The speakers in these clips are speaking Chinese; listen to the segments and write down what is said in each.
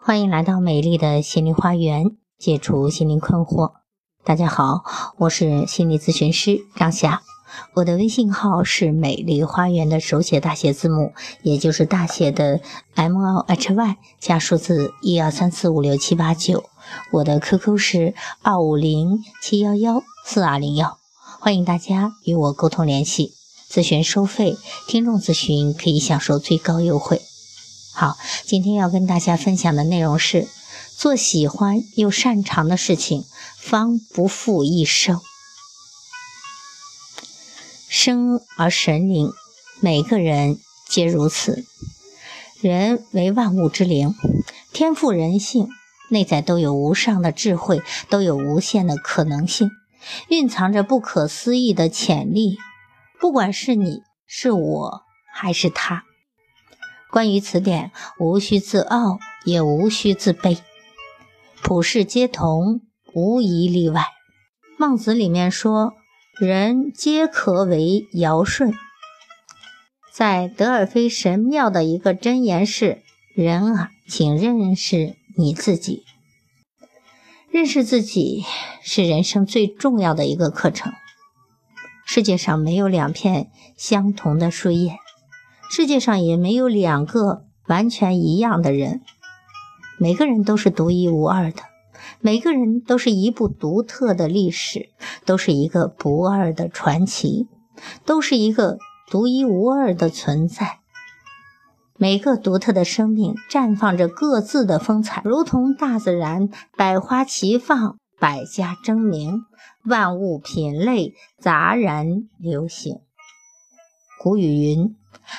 欢迎来到美丽的心灵花园，解除心灵困惑。大家好，我是心理咨询师张霞，我的微信号是美丽花园的手写大写字母，也就是大写的 MLHY 加数字123456789。我的 QQ 是25071142101，欢迎大家与我沟通联系。咨询收费，听众咨询可以享受最高优惠。好，今天要跟大家分享的内容是做喜欢又擅长的事情，方不负一生。生而神灵，每个人皆如此。人为万物之灵，天赋人性，内在都有无上的智慧，都有无限的可能性，蕴藏着不可思议的潜力。不管是你，是我，还是他。关于此点，无需自傲，也无需自卑，普世皆同，无一例外。孟子里面说，人皆可为尧舜。在德尔菲神庙的一个箴言是，人啊，请认识你自己。认识自己是人生最重要的一个课程。世界上没有两片相同的树叶，世界上也没有两个完全一样的人。每个人都是独一无二的，每个人都是一部独特的历史，都是一个不二的传奇，都是一个独一无二的存在。每个独特的生命绽放着各自的风采，如同大自然百花齐放，百家争鸣，万物品类杂然流行。古语云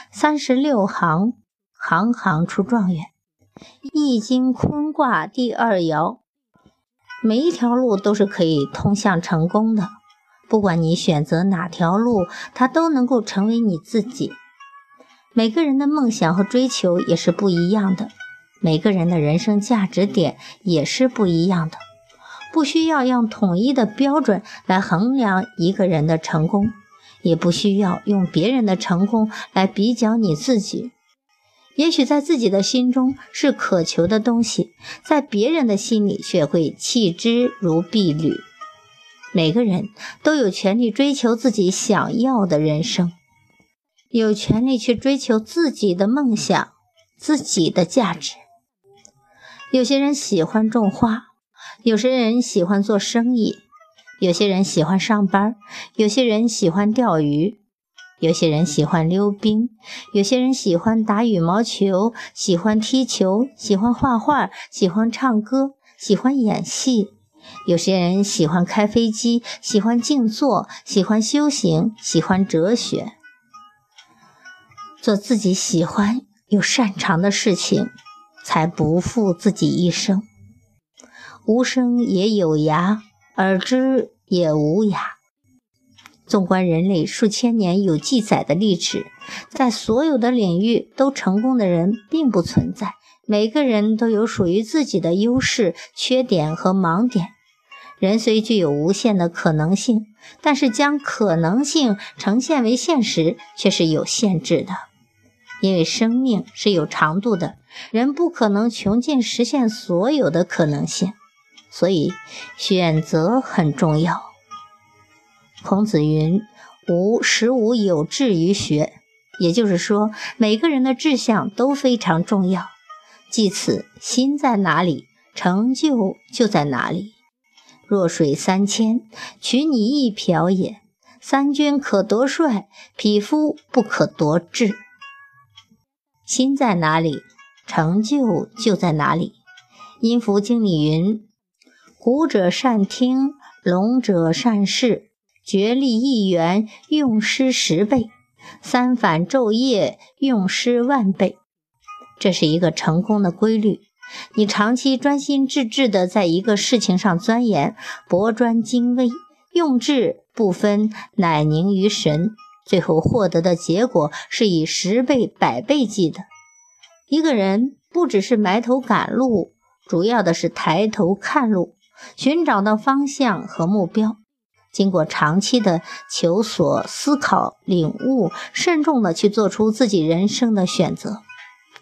，36行，行行出状元，易经坤卦第二爻。每一条路都是可以通向成功的，不管你选择哪条路，它都能够成为你自己。每个人的梦想和追求也是不一样的，每个人的人生价值点也是不一样的。不需要用统一的标准来衡量一个人的成功，也不需要用别人的成功来比较你自己。也许在自己的心中是渴求的东西，在别人的心里却会弃之如敝履。每个人都有权利追求自己想要的人生，有权利去追求自己的梦想，自己的价值。有些人喜欢种花，有些人喜欢做生意，有些人喜欢上班，有些人喜欢钓鱼，有些人喜欢溜冰，有些人喜欢打羽毛球，喜欢踢球，喜欢画画，喜欢唱歌，喜欢演戏。有些人喜欢开飞机，喜欢静坐，喜欢修行，喜欢哲学。做自己喜欢又擅长的事情，才不负自己一生。无声也有涯，而知也无涯。纵观人类数千年有记载的历史，在所有的领域都成功的人并不存在，每个人都有属于自己的优势、缺点和盲点。人虽具有无限的可能性，但是将可能性呈现为现实却是有限制的。因为生命是有长度的，人不可能穷尽实现所有的可能性，所以选择很重要。孔子云，十无有志于学，也就是说，每个人的志向都非常重要。即此，心在哪里，成就就在哪里。弱水三千，取你一瓢也。三军可夺帅，匹夫不可夺志。心在哪里，成就就在哪里。阴符经里云，古者善听，聋者善视，决力一元，用师10倍，三反昼夜，用师万倍。这是一个成功的规律。你长期专心致志地在一个事情上钻研，博专精微，用智不分乃凝于神，最后获得的结果是以10倍、100倍计的。一个人不只是埋头赶路，主要的是抬头看路，寻找到方向和目标。经过长期的求索、思考、领悟，慎重地去做出自己人生的选择。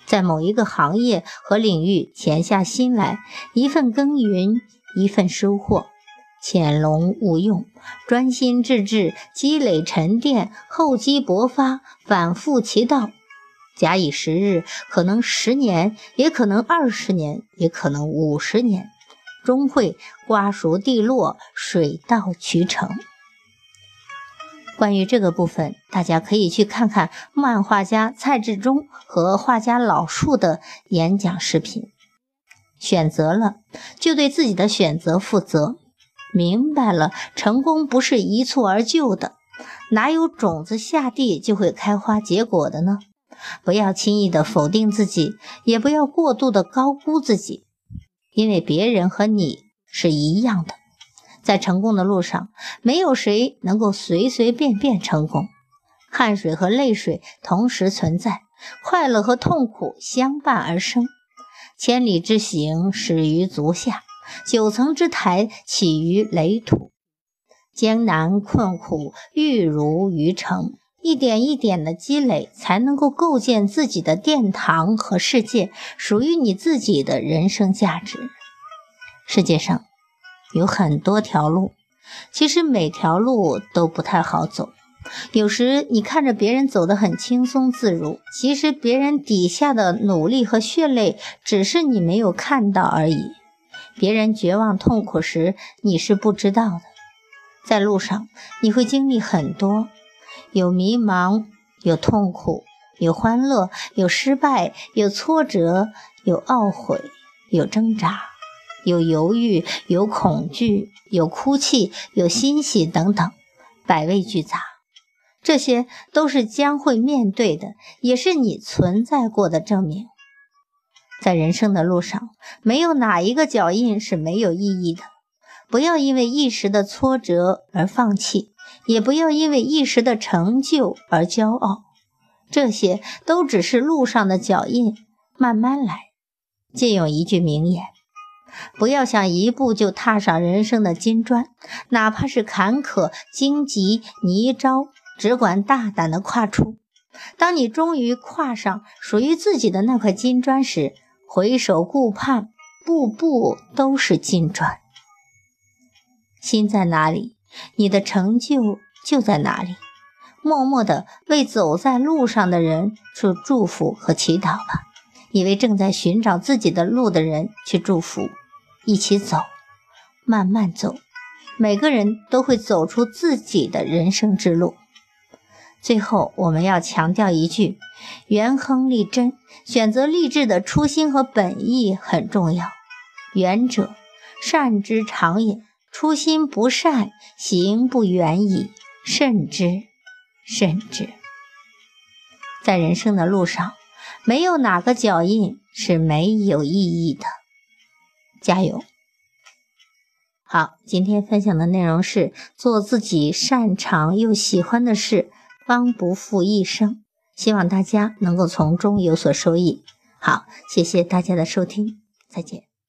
在某一个行业和领域潜下心来，一份耕耘一份收获，潜龙勿用，专心致志，积累沉淀，厚积薄发，反复其道，假以时日，可能10年，也可能20年，也可能50年，终会瓜熟蒂落，水到渠成。关于这个部分，大家可以去看看漫画家蔡志忠和画家老树的演讲视频。选择了，就对自己的选择负责。明白了，成功不是一蹴而就的，哪有种子下地就会开花结果的呢？不要轻易的否定自己，也不要过度的高估自己，因为别人和你是一样的。在成功的路上，没有谁能够随随便便成功。汗水和泪水同时存在，快乐和痛苦相伴而生。千里之行，始于足下，9层之台，起于垒土。艰难困苦，欲如于成，一点一点的积累，才能够构建自己的殿堂和世界，属于你自己的人生价值。世界上有很多条路，其实每条路都不太好走。有时你看着别人走得很轻松自如，其实别人底下的努力和血泪只是你没有看到而已。别人绝望痛苦时，你是不知道的。在路上你会经历很多，有迷茫，有痛苦，有欢乐，有失败，有挫折，有懊悔，有挣扎，有犹豫，有恐惧，有哭泣，有欣喜等等，百味俱杂。这些都是将会面对的，也是你存在过的证明。在人生的路上，没有哪一个脚印是没有意义的。不要因为一时的挫折而放弃，也不要因为一时的成就而骄傲。这些都只是路上的脚印，慢慢来。借用一句名言，不要想一步就踏上人生的金砖，哪怕是坎坷、荆棘、泥沼，只管大胆地跨出。当你终于跨上属于自己的那块金砖时，回首顾盼，步步都是金砖。心在哪里，你的成就就在哪里。默默地为走在路上的人去祝福和祈祷吧，也为正在寻找自己的路的人去祝福。一起走，慢慢走，每个人都会走出自己的人生之路。最后我们要强调一句，元亨利贞，选择励志的初心和本意很重要。远者善之长也，初心不善，行不远矣，慎之慎之。在人生的路上，没有哪个脚印是没有意义的。加油！好，今天分享的内容是做自己擅长又喜欢的事，方不负一生。希望大家能够从中有所收益。好，谢谢大家的收听，再见。